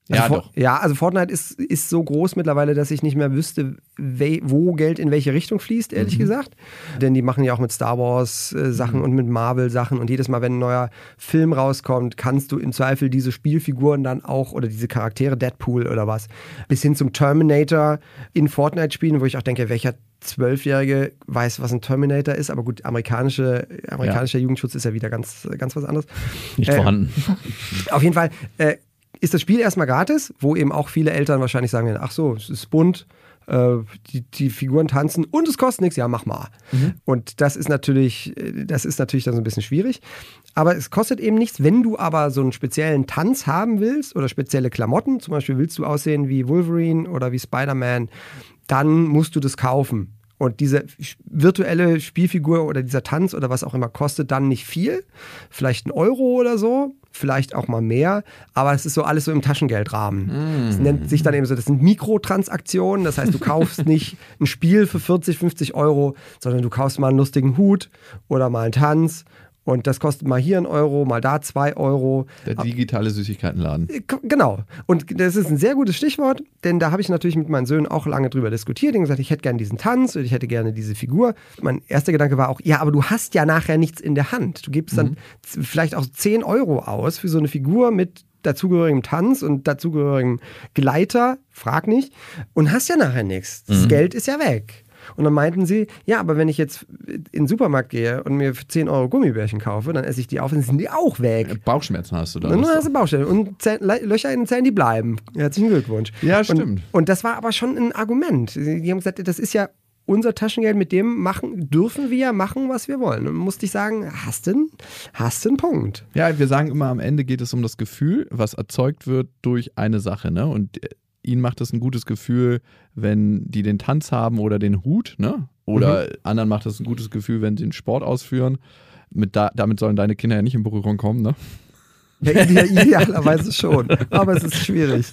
Also Ja, For- doch. Ja, also Fortnite ist, ist so groß mittlerweile, dass ich nicht mehr wüsste, we- wo Geld in welche Richtung fließt, ehrlich Mhm. gesagt. Denn die machen ja auch mit Star Wars äh, Sachen und mit Marvel Sachen und jedes Mal, wenn ein neuer Film rauskommt, kannst du im Zweifel diese Spielfiguren dann auch oder diese Charaktere, Deadpool oder was, bis hin zum Terminator in Fortnite spielen, wo ich auch denke, welcher Zwölfjährige weiß, was ein Terminator ist, aber gut, amerikanische, amerikanischer Jugendschutz ist ja wieder ganz, ganz was anderes. Nicht Äh, vorhanden. Auf jeden Fall äh, ist das Spiel erstmal gratis, wo eben auch viele Eltern wahrscheinlich sagen werden, ach so, es ist bunt, äh, die, die Figuren tanzen und es kostet nichts, ja, mach mal. Mhm. Und das ist natürlich, äh, das ist natürlich dann so ein bisschen schwierig. Aber es kostet eben nichts, wenn du aber so einen speziellen Tanz haben willst oder spezielle Klamotten, zum Beispiel willst du aussehen wie Wolverine oder wie Spider-Man, dann musst du das kaufen. Und diese virtuelle Spielfigur oder dieser Tanz oder was auch immer kostet dann nicht viel. Vielleicht ein Euro oder so, vielleicht auch mal mehr. Aber es ist so alles so im Taschengeldrahmen. Es Mm. nennt sich dann eben so, das sind Mikrotransaktionen. Das heißt, du kaufst nicht ein Spiel für vierzig, fünfzig Euro, sondern du kaufst mal einen lustigen Hut oder mal einen Tanz. Und das kostet mal hier einen Euro, mal da zwei Euro. Der digitale Süßigkeitenladen. K- Genau. Und das ist ein sehr gutes Stichwort, denn da habe ich natürlich mit meinen Söhnen auch lange drüber diskutiert und gesagt, ich hätte gerne diesen Tanz und ich hätte gerne diese Figur. Mein erster Gedanke war auch, ja, aber du hast ja nachher nichts in der Hand. Du gibst dann z- vielleicht auch zehn Euro aus für so eine Figur mit dazugehörigem Tanz und dazugehörigem Gleiter, frag nicht, und hast ja nachher nichts. Das Geld ist ja weg. Und dann meinten sie, ja, aber wenn ich jetzt in den Supermarkt gehe und mir für zehn Euro Gummibärchen kaufe, dann esse ich die auf und dann sind die auch weg. Bauchschmerzen hast du da. Und dann hast du Baustelle. Und Zäh- Le- Löcher in den Zähnen, die bleiben. Herzlichen Glückwunsch. Ja, Und, stimmt. und das war aber schon ein Argument. Die haben gesagt, das ist ja unser Taschengeld, mit dem machen, dürfen wir ja machen, was wir wollen. Und musste ich sagen, hast du einen, hast du einen Punkt. Ja, wir sagen immer, am Ende geht es um das Gefühl, was erzeugt wird durch eine Sache, ne? Und äh, ihnen macht es ein gutes Gefühl, wenn die den Tanz haben oder den Hut, ne? Oder Mhm. anderen macht es ein gutes Gefühl, wenn sie den Sport ausführen. Mit da, damit sollen deine Kinder ja nicht in Berührung kommen, ne? Ja, ide- idealerweise schon. Aber es ist schwierig.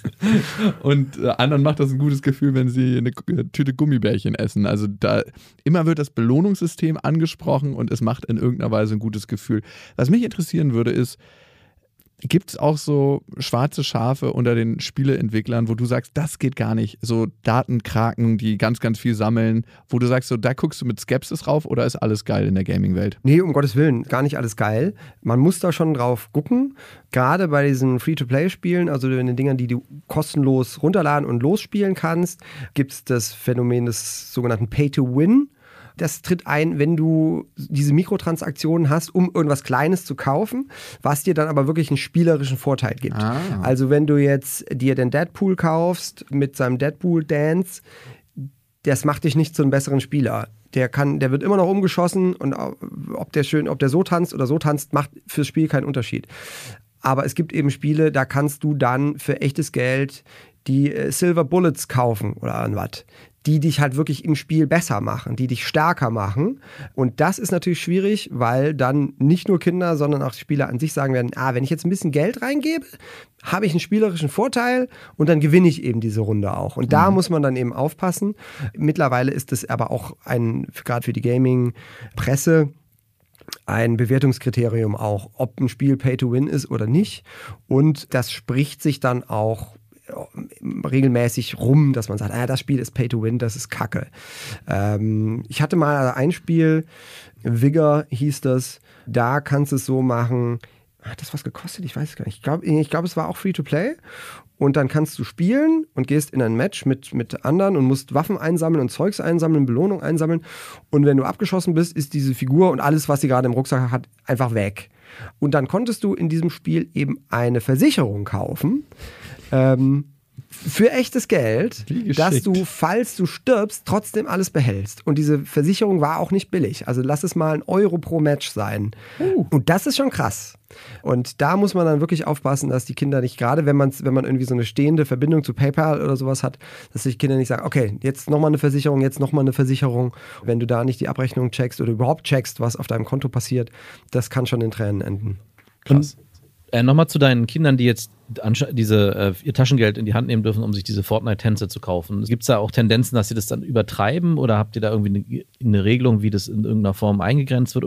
Und äh, anderen macht das ein gutes Gefühl, wenn sie eine K- Tüte Gummibärchen essen. Also da immer wird das Belohnungssystem angesprochen und es macht in irgendeiner Weise ein gutes Gefühl. Was mich interessieren würde, ist, gibt es auch so schwarze Schafe unter den Spieleentwicklern, wo du sagst, das geht gar nicht, so Datenkraken, die ganz, ganz viel sammeln, wo du sagst, so da guckst du mit Skepsis rauf oder ist alles geil in der Gaming-Welt? Nee, um Gottes Willen, gar nicht alles geil. Man muss da schon drauf gucken. Gerade bei diesen Free-to-Play-Spielen, also in den Dingern, die du kostenlos runterladen und losspielen kannst, gibt es das Phänomen des sogenannten Pay-to-Win. Das tritt ein, wenn du diese Mikrotransaktionen hast, um irgendwas Kleines zu kaufen, was dir dann aber wirklich einen spielerischen Vorteil gibt. Ah. Also wenn du jetzt dir den Deadpool kaufst mit seinem Deadpool-Dance, das macht dich nicht zu einem besseren Spieler. Der kann, der wird immer noch umgeschossen und ob der schön, ob der so tanzt oder so tanzt, macht fürs Spiel keinen Unterschied. Aber es gibt eben Spiele, da kannst du dann für echtes Geld die äh, Silver Bullets kaufen oder irgendwas, die dich halt wirklich im Spiel besser machen, die dich stärker machen. Und das ist natürlich schwierig, weil dann nicht nur Kinder, sondern auch die Spieler an sich sagen werden, ah, wenn ich jetzt ein bisschen Geld reingebe, habe ich einen spielerischen Vorteil und dann gewinne ich eben diese Runde auch. Und da muss man dann eben aufpassen. Mittlerweile ist es aber auch ein, gerade für die Gaming-Presse, ein Bewertungskriterium auch, ob ein Spiel Pay-to-Win ist oder nicht. Und das spricht sich dann auch regelmäßig rum, dass man sagt, ah, das Spiel ist Pay-to-Win, das ist Kacke. Ähm, ich hatte mal ein Spiel, Vigor hieß das, da kannst du es so machen, hat das was gekostet? Ich weiß es gar nicht. Ich glaube, ich glaub, es war auch Free-to-Play. Und dann kannst du spielen und gehst in ein Match mit, mit anderen und musst Waffen einsammeln und Zeugs einsammeln, Belohnung einsammeln. Und wenn du abgeschossen bist, ist diese Figur und alles, was sie gerade im Rucksack hat, einfach weg. Und dann konntest du in diesem Spiel eben eine Versicherung kaufen, ähm, für echtes Geld, dass du, falls du stirbst, trotzdem alles behältst. Und diese Versicherung war auch nicht billig. Also lass es mal ein Euro pro Match sein. Uh. Und das ist schon krass. Und da muss man dann wirklich aufpassen, dass die Kinder nicht, gerade wenn, man's, wenn man irgendwie so eine stehende Verbindung zu PayPal oder sowas hat, dass die Kinder nicht sagen, okay, jetzt nochmal eine Versicherung, jetzt nochmal eine Versicherung. Wenn du da nicht die Abrechnung checkst oder überhaupt checkst, was auf deinem Konto passiert, das kann schon in Tränen enden. Krass. Äh, Nochmal zu deinen Kindern, die jetzt diese, äh, ihr Taschengeld in die Hand nehmen dürfen, um sich diese Fortnite-Tänze zu kaufen. Gibt es da auch Tendenzen, dass sie das dann übertreiben oder habt ihr da irgendwie eine, eine Regelung, wie das in irgendeiner Form eingegrenzt wird oder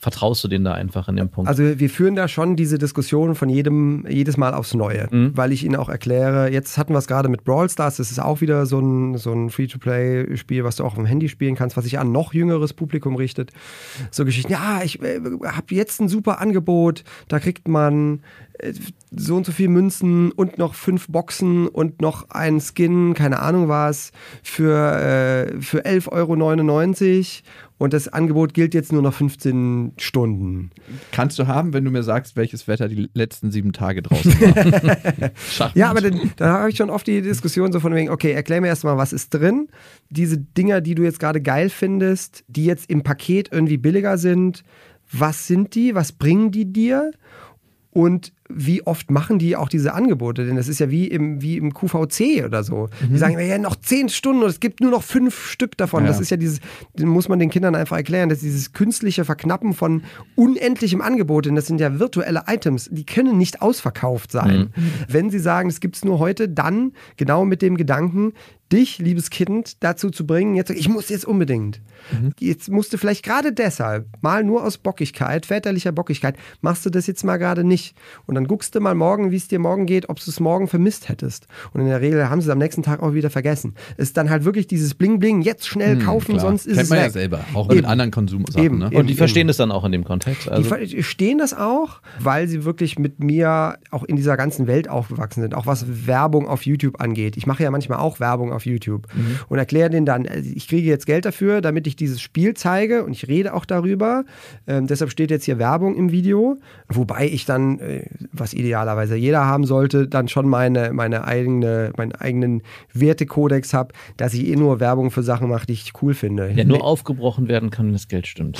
vertraust du denen da einfach in dem Punkt? Also wir führen da schon diese Diskussion von jedem, jedes Mal aufs Neue, mhm. weil ich ihnen auch erkläre, jetzt hatten wir es gerade mit Brawl Stars, das ist auch wieder so ein, so ein Free-to-Play-Spiel, was du auch auf dem Handy spielen kannst, was sich an noch jüngeres Publikum richtet. So Geschichten, ja, ich äh, habe jetzt ein super Angebot, da kriegt man äh, so und so viel Münzen und noch fünf Boxen und noch ein Skin, keine Ahnung was, für, äh, für elf Euro neunundneunzig. Und das Angebot gilt jetzt nur noch fünfzehn Stunden. Kannst du haben, wenn du mir sagst, welches Wetter die letzten sieben Tage draußen war. Ja, aber dann, dann habe ich schon oft die Diskussion so von wegen, okay, erklär mir erstmal, was ist drin? Diese Dinger, die du jetzt gerade geil findest, die jetzt im Paket irgendwie billiger sind, was sind die? Was bringen die dir? Und wie oft machen die auch diese Angebote? Denn das ist ja wie im, wie im Q V C oder so. Mhm. Die sagen, ja, noch zehn Stunden und es gibt nur noch fünf Stück davon. Ja. Das ist ja dieses, muss man den Kindern einfach erklären, dass dieses künstliche Verknappen von unendlichem Angebot, denn das sind ja virtuelle Items, die können nicht ausverkauft sein. Mhm. Wenn sie sagen, es gibt es nur heute, dann genau mit dem Gedanken, dich, liebes Kind, dazu zu bringen, jetzt, ich muss jetzt unbedingt. Mhm. Jetzt musst du vielleicht gerade deshalb, mal nur aus Bockigkeit, väterlicher Bockigkeit, machst du das jetzt mal gerade nicht. Und dann guckst du mal morgen, wie es dir morgen geht, ob du es morgen vermisst hättest. Und in der Regel haben sie es am nächsten Tag auch wieder vergessen. Es ist dann halt wirklich dieses Bling-Bling, jetzt schnell kaufen, mhm, sonst ist Kennt es man weg. ja selber, auch eben. Mit anderen Konsumsachen. Eben, ne? eben, Und die eben. verstehen das dann auch in dem Kontext? Also Die verstehen das auch, weil sie wirklich mit mir auch in dieser ganzen Welt aufgewachsen sind, auch was Werbung auf YouTube angeht. Ich mache ja manchmal auch Werbung auf YouTube. Mhm. Und erkläre denen dann, ich kriege jetzt Geld dafür, damit ich dieses Spiel zeige und ich rede auch darüber. Ähm, deshalb steht jetzt hier Werbung im Video, wobei ich dann, äh, was idealerweise jeder haben sollte, dann schon meine, meine eigene, meinen eigenen Wertekodex habe, dass ich eh nur Werbung für Sachen mache, die ich cool finde. Der nur nee. aufgebrochen werden kann, wenn das Geld stimmt.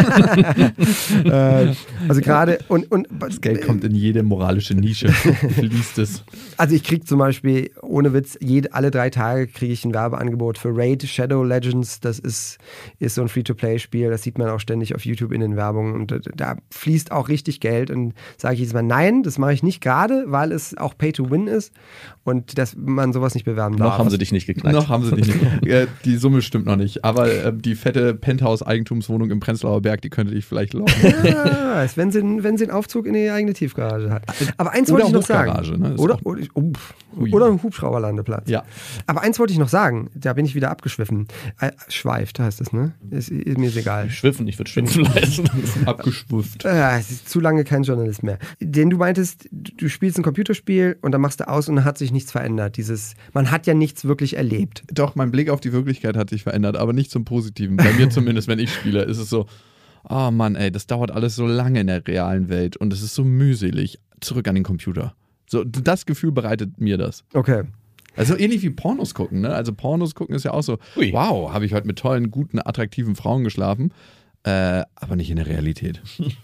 äh, also gerade und, und das Geld äh, kommt in jede moralische Nische, fließt es. Also ich kriege zum Beispiel, ohne Witz, jede, alle drei Tage kriege ich ein Werbeangebot für Raid Shadow Legends. Das ist, ist so ein Free-to-Play-Spiel. Das sieht man auch ständig auf YouTube in den Werbungen. Und da, da fließt auch richtig Geld. Und sage ich jetzt mal, nein, das mache ich nicht gerade, weil es auch Pay-to-Win ist und dass man sowas nicht bewerben darf. Noch haben sie dich nicht geknackt. Noch haben sie dich nicht. Ja, die Summe stimmt noch nicht. Aber äh, die fette Penthouse-Eigentumswohnung im Prenzlauer Berg, die könnte dich vielleicht locken. Ja, wenn sie, wenn sie einen Aufzug in die eigene Tiefgarage hat. Aber eins wollte ich noch sagen. Ne? Oder, oder, oh, oder ein Hubschrauberlandeplatz. Ja. Aber eins wollte ich noch sagen. Da bin ich wieder abgeschwiffen. Äh, schweift heißt das, ne? Ist, ist mir egal. Schwiffen, ich würde schwiffen leisten. Abgeschwifft. Äh, es ist zu lange kein Journalist mehr. Denn du meintest, du spielst ein Computerspiel und dann machst du aus und dann hat sich nichts verändert. Dieses, man hat ja nichts wirklich erlebt. Doch, mein Blick auf die Wirklichkeit hat sich verändert, aber nicht zum Positiven. Bei mir zumindest, wenn ich spiele, ist es so, oh Mann, ey, das dauert alles so lange in der realen Welt und es ist so mühselig. Zurück an den Computer. So, das Gefühl bereitet mir das. Okay. Also ähnlich wie Pornos gucken, ne? Also Pornos gucken ist ja auch so, Ui. wow, habe ich heute mit tollen, guten, attraktiven Frauen geschlafen, äh, aber nicht in der Realität.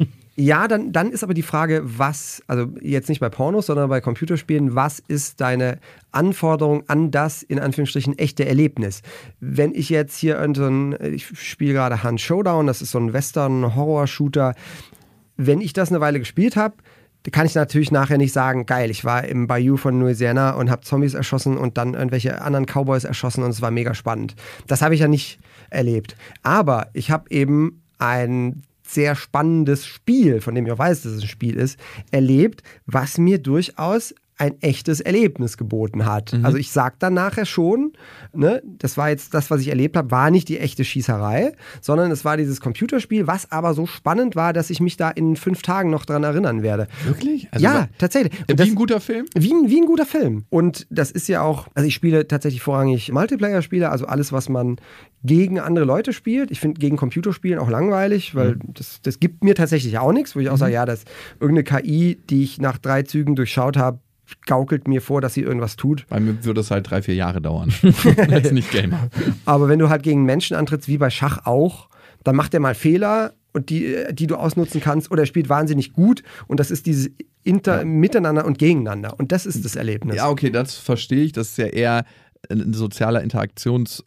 Ja, dann, dann ist aber die Frage, was, also jetzt nicht bei Pornos, sondern bei Computerspielen, was ist deine Anforderung an das, in Anführungsstrichen, echte Erlebnis? Wenn ich jetzt hier so ich spiele gerade Hunt Showdown, das ist so ein Western-Horror-Shooter, wenn ich das eine Weile gespielt habe, da kann ich natürlich nachher nicht sagen, geil, ich war im Bayou von Louisiana und habe Zombies erschossen und dann irgendwelche anderen Cowboys erschossen und es war mega spannend. Das habe ich ja nicht erlebt. Aber ich habe eben ein sehr spannendes Spiel, von dem ich auch weiß, dass es ein Spiel ist, erlebt, was mir durchaus ein echtes Erlebnis geboten hat. Mhm. Also ich sag dann nachher schon, ne, das war jetzt das, was ich erlebt habe, war nicht die echte Schießerei, sondern es war dieses Computerspiel, was aber so spannend war, dass ich mich da in fünf Tagen noch dran erinnern werde. Wirklich? Also ja, tatsächlich. Wie das, ein guter Film? Wie ein, wie ein guter Film. Und das ist ja auch, also ich spiele tatsächlich vorrangig Multiplayer-Spiele, also alles, was man gegen andere Leute spielt. Ich finde gegen Computerspielen auch langweilig, weil mhm. das, das gibt mir tatsächlich auch nichts, wo ich auch mhm. sage, ja, das irgendeine K I, die ich nach drei Zügen durchschaut habe, gaukelt mir vor, dass sie irgendwas tut. Bei mir würde es halt drei, vier Jahre dauern. Als nicht Gamer. Aber wenn du halt gegen einen Menschen antrittst, wie bei Schach auch, dann macht er mal Fehler und die, die du ausnutzen kannst, oder er spielt wahnsinnig gut und das ist dieses Inter- ja. Miteinander und Gegeneinander und das ist das Erlebnis. Ja, okay, das verstehe ich. Das ist ja eher ein sozialer Interaktionsmechanismus,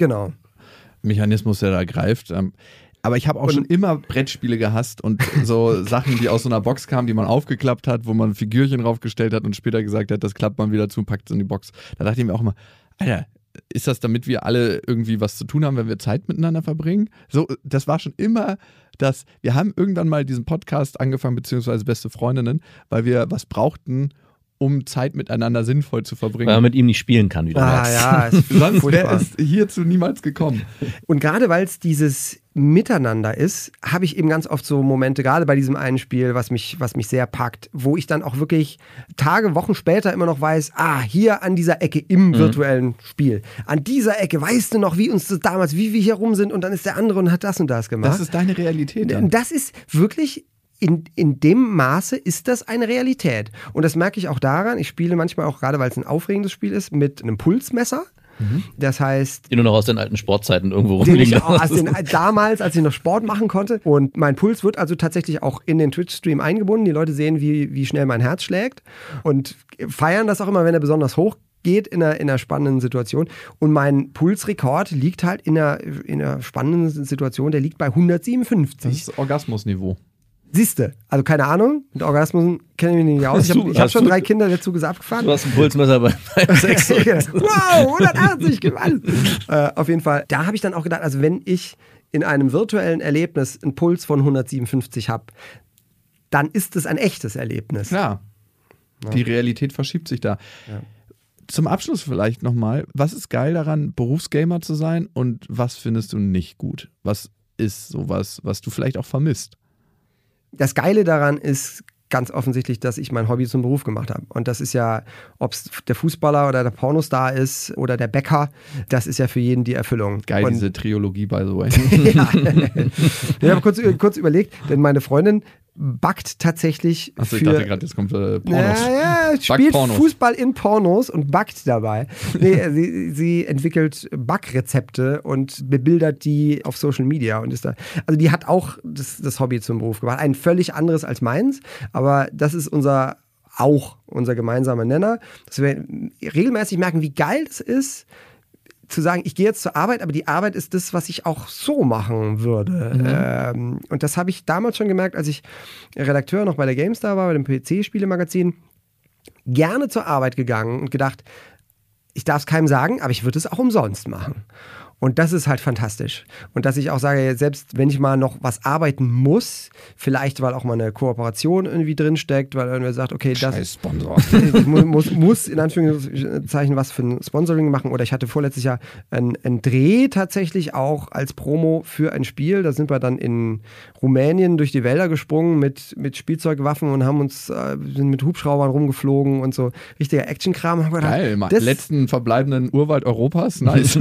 genau. der da greift. Aber ich habe auch und schon immer Brettspiele gehasst und so Sachen, die aus so einer Box kamen, die man aufgeklappt hat, wo man ein Figürchen draufgestellt hat und später gesagt hat, das klappt man wieder zu und packt es in die Box. Da dachte ich mir auch immer, Alter, ist das, damit wir alle irgendwie was zu tun haben, wenn wir Zeit miteinander verbringen? So, das war schon immer das, wir haben irgendwann mal diesen Podcast angefangen, beziehungsweise Beste Freundinnen, weil wir was brauchten, um Zeit miteinander sinnvoll zu verbringen. Weil man mit ihm nicht spielen kann, wie du Ah, merkst. ja, ist Sonst wäre furchtbar. es hierzu niemals gekommen. Und gerade weil es dieses Miteinander ist, habe ich eben ganz oft so Momente, gerade bei diesem einen Spiel, was mich, was mich sehr packt, wo ich dann auch wirklich Tage, Wochen später immer noch weiß, ah, hier an dieser Ecke im Mhm. virtuellen Spiel, an dieser Ecke, weißt du noch, wie uns das damals, wie wir hier rum sind und dann ist der andere und hat das und das gemacht. Das ist deine Realität dann. Und das ist wirklich, in, in dem Maße ist das eine Realität. Und das merke ich auch daran, ich spiele manchmal auch, gerade weil es ein aufregendes Spiel ist, mit einem Pulsmesser. Das heißt, Die du noch aus den alten Sportzeiten irgendwo den ich rumliegen auch, als hast. den, damals, als ich noch Sport machen konnte. Und mein Puls wird also tatsächlich auch in den Twitch-Stream eingebunden. Die Leute sehen, wie, wie schnell mein Herz schlägt und feiern das auch immer, wenn er besonders hoch geht in einer, in einer spannenden Situation. Und mein Pulsrekord liegt halt in einer, in einer spannenden Situation, der liegt bei hundertsiebenundfünfzig. Das ist Orgasmusniveau. Siehste, also keine Ahnung, mit Orgasmus kenne ich mich nicht aus. Ich habe Hast du- hab hast schon du- drei Kinder dazu abgefahren. Du hast ein Pulsmesser bei, bei Sex. Wow, hundertachtzig gewonnen. äh, auf jeden Fall, da habe ich dann auch gedacht, also wenn ich in einem virtuellen Erlebnis einen Puls von hundertsiebenundfünfzig habe, dann ist es ein echtes Erlebnis. Klar. Die Realität verschiebt sich da. Ja. Zum Abschluss vielleicht nochmal, was ist geil daran, Berufsgamer zu sein und was findest du nicht gut? Was ist sowas, was du vielleicht auch vermisst? Das Geile daran ist ganz offensichtlich, dass ich mein Hobby zum Beruf gemacht habe. Und das ist ja, ob es der Fußballer oder der Pornostar ist oder der Bäcker, das ist ja für jeden die Erfüllung. Geil, Und diese Triologie, by the way. ja. Ich habe kurz, kurz überlegt, denn meine Freundin backt tatsächlich Achso, ich für... dachte gerade, jetzt kommt äh, Pornos. Ja, ja, Backt spielt Pornos. Fußball in Pornos und backt dabei. Nee, sie, sie entwickelt Backrezepte und bebildert die auf Social Media und ist da. Also die hat auch das, das Hobby zum Beruf gemacht. Ein völlig anderes als meins, aber das ist unser auch unser gemeinsamer Nenner, dass wir regelmäßig merken, wie geil es ist, zu sagen, ich gehe jetzt zur Arbeit, aber die Arbeit ist das, was ich auch so machen würde. Mhm. Ähm, und das habe ich damals schon gemerkt, als ich Redakteur noch bei der GameStar war, bei dem P C-Spielemagazin, gerne zur Arbeit gegangen und gedacht, ich darf es keinem sagen, aber ich würde es auch umsonst machen. Und das ist halt fantastisch. Und dass ich auch sage, selbst wenn ich mal noch was arbeiten muss, vielleicht weil auch mal eine Kooperation irgendwie drinsteckt, weil irgendwer sagt, okay, das Scheiß Sponsor. ich muss, muss, muss in Anführungszeichen was für ein Sponsoring machen. Oder ich hatte vorletztes Jahr einen, einen Dreh tatsächlich auch als Promo für ein Spiel. Da sind wir dann in Rumänien durch die Wälder gesprungen mit, mit Spielzeugwaffen und haben uns äh, sind mit Hubschraubern rumgeflogen und so richtiger Actionkram. Haben wir gedacht, Geil, das- letzten verbleibenden Urwald Europas, nice.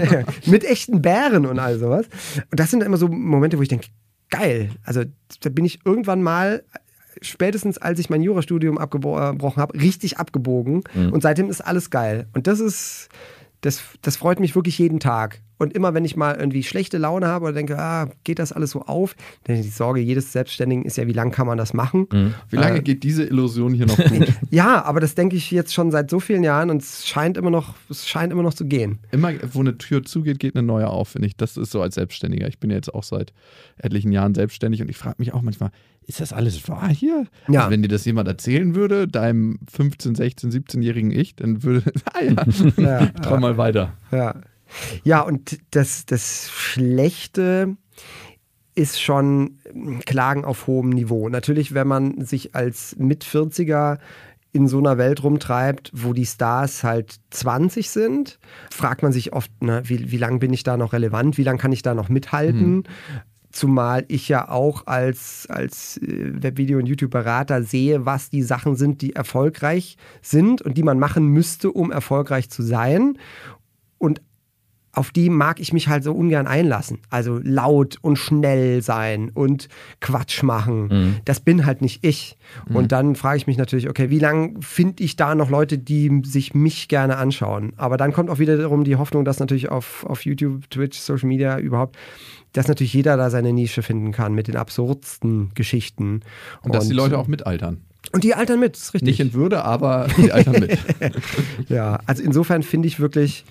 mit echten Bären und all sowas. Und das sind immer so Momente, wo ich denke, geil. Also da bin ich irgendwann mal, spätestens als ich mein Jurastudium abgebrochen habe, richtig abgebogen. Mhm. Und seitdem ist alles geil. Und das ist, das, das freut mich wirklich jeden Tag. Und immer wenn ich mal irgendwie schlechte Laune habe oder denke, ah, geht das alles so auf? Denn die Sorge jedes Selbstständigen ist ja, wie lange kann man das machen? Mhm. Wie lange Äh, geht diese Illusion hier noch gut? Ja, aber das denke ich jetzt schon seit so vielen Jahren und es scheint immer noch, es scheint immer noch zu gehen. Immer, wo eine Tür zugeht, geht eine neue auf, finde ich. Das ist so als Selbstständiger. Ich bin ja jetzt auch seit etlichen Jahren selbstständig und ich frage mich auch manchmal, ist das alles wahr hier? Ja. Also wenn dir das jemand erzählen würde, deinem fünfzehn-, sechzehn-, siebzehnjährigen Ich, dann würde, ah ja, Ja, trau mal weiter. Ja, ja und das, das Schlechte ist schon Klagen auf hohem Niveau. Natürlich, wenn man sich als Mit-vierziger in so einer Welt rumtreibt, wo die Stars halt zwanzig sind, fragt man sich oft, ne, wie, wie lange bin ich da noch relevant, wie lange kann ich da noch mithalten? Mhm. Zumal ich ja auch als, als äh, Webvideo- und YouTube-Berater sehe, was die Sachen sind, die erfolgreich sind und die man machen müsste, um erfolgreich zu sein. Und auf die mag ich mich halt so ungern einlassen. Also laut und schnell sein und Quatsch machen. Mhm. Das bin halt nicht ich. Und dann frage ich mich natürlich, okay, wie lange finde ich da noch Leute, die sich mich gerne anschauen? Aber dann kommt auch wiederum die Hoffnung, dass natürlich auf, auf YouTube, Twitch, Social Media überhaupt, dass natürlich jeder da seine Nische finden kann mit den absurdsten Geschichten. Und dass die Leute auch mitaltern. Und die altern mit, ist richtig. Nicht in Würde, aber die altern mit. Ja, also insofern finde ich wirklich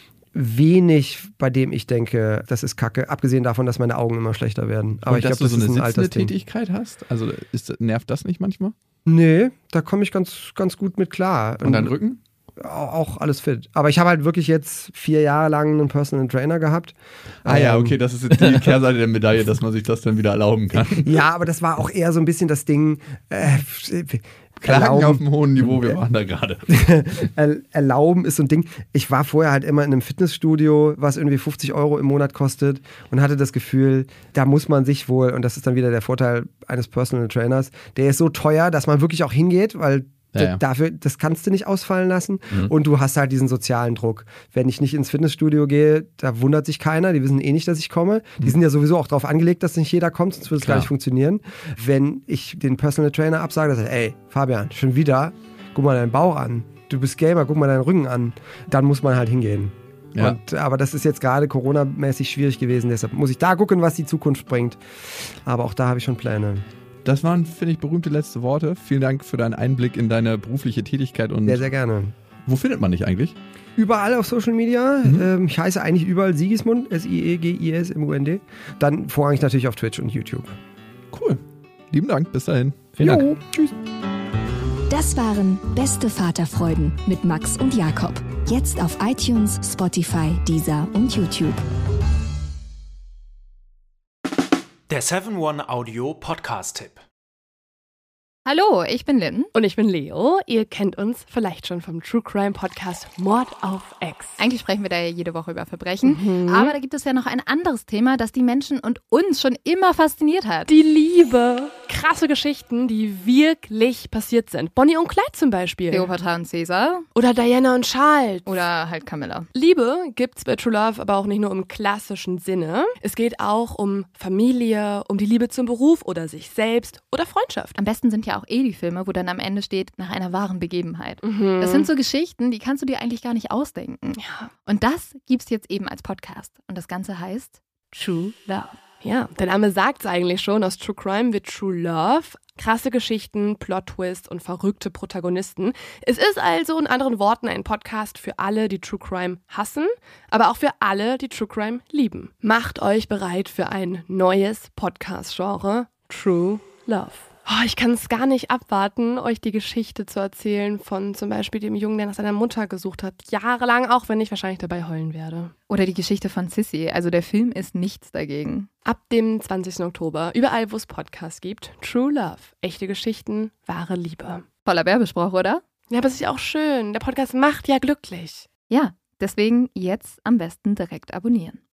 wenig, bei dem ich denke, das ist Kacke, abgesehen davon, dass meine Augen immer schlechter werden. Aber Und ich dass glaube, das du so ist eine ein sitzende Altersding. Tätigkeit hast? Also ist, nervt das nicht manchmal? Nee, da komme ich ganz, ganz gut mit klar. Und dein Rücken? auch alles fit. Aber ich habe halt wirklich jetzt vier Jahre lang einen Personal Trainer gehabt. Ah ja, Ähm, okay, das ist jetzt die Kehrseite der Medaille, dass man sich das dann wieder erlauben kann. Ja, aber das war auch eher so ein bisschen das Ding, äh, Klagen erlauben, auf einem hohen Niveau, wir waren da gerade. er- erlauben ist so ein Ding. Ich war vorher halt immer in einem Fitnessstudio, was irgendwie fünfzig Euro im Monat kostet und hatte das Gefühl, da muss man sich wohl, und das ist dann wieder der Vorteil eines Personal Trainers, der ist so teuer, dass man wirklich auch hingeht, weil Ja, ja. dafür, das kannst du nicht ausfallen lassen. Mhm. Und du hast halt diesen sozialen Druck. Wenn ich nicht ins Fitnessstudio gehe, da wundert sich keiner. Die wissen eh nicht, dass ich komme. Die sind ja sowieso auch darauf angelegt, dass nicht jeder kommt, sonst würde es gar Klar. nicht funktionieren. Wenn ich den Personal Trainer absage, dass er, ey, Fabian, schon wieder, guck mal deinen Bauch an. Du bist Gamer, guck mal deinen Rücken an. Dann muss man halt hingehen. Ja. Und, aber das ist jetzt gerade Corona-mäßig schwierig gewesen. Deshalb muss ich da gucken, was die Zukunft bringt. Aber auch da habe ich schon Pläne. Das waren, finde ich, berühmte letzte Worte. Vielen Dank für deinen Einblick in deine berufliche Tätigkeit. Und Sehr, sehr gerne. wo findet man dich eigentlich? Überall auf Social Media. Mhm. Ähm, ich heiße eigentlich überall Sigismund, S I E G I S M U N D. Dann vorrangig natürlich auf Twitch und YouTube. Cool. Lieben Dank. Bis dahin. Vielen Dank. Jo, tschüss. Das waren Beste Vaterfreuden mit Max und Jakob. Jetzt auf iTunes, Spotify, Deezer und YouTube. Der seven One Audio Podcast-Tipp. Hallo, ich bin Lynn. Und ich bin Leo. Ihr kennt uns vielleicht schon vom True Crime Podcast Mord auf Ex. Eigentlich sprechen wir da ja jede Woche über Verbrechen. Mhm. Aber da gibt es ja noch ein anderes Thema, das die Menschen und uns schon immer fasziniert hat. Die Liebe. Krasse Geschichten, die wirklich passiert sind. Bonnie und Clyde zum Beispiel. Cleopatra und Caesar. Oder Diana und Charles. Oder halt Camilla. Liebe gibt's bei True Love aber auch nicht nur im klassischen Sinne. Es geht auch um Familie, um die Liebe zum Beruf oder sich selbst oder Freundschaft. Am besten sind ja auch eh die Filme, wo dann am Ende steht, nach einer wahren Begebenheit. Mhm. Das sind so Geschichten, die kannst du dir eigentlich gar nicht ausdenken. Ja. Und das gibt's jetzt eben als Podcast. Und das Ganze heißt True Love. Ja, der Name sagt's eigentlich schon, aus True Crime wird True Love. Krasse Geschichten, Plot-Twists und verrückte Protagonisten. Es ist also in anderen Worten ein Podcast für alle, die True Crime hassen, aber auch für alle, die True Crime lieben. Macht euch bereit für ein neues Podcast-Genre, True Love. Oh, ich kann es gar nicht abwarten, euch die Geschichte zu erzählen von zum Beispiel dem Jungen, der nach seiner Mutter gesucht hat. Jahrelang, auch wenn ich wahrscheinlich dabei heulen werde. Oder die Geschichte von Sissy. Also der Film ist nichts dagegen. Ab dem zwanzigsten Oktober, überall wo es Podcasts gibt, True Love. Echte Geschichten, wahre Liebe. Voller Werbespruch, oder? Ja, aber es ist ja auch schön. Der Podcast macht ja glücklich. Ja, deswegen jetzt am besten direkt abonnieren.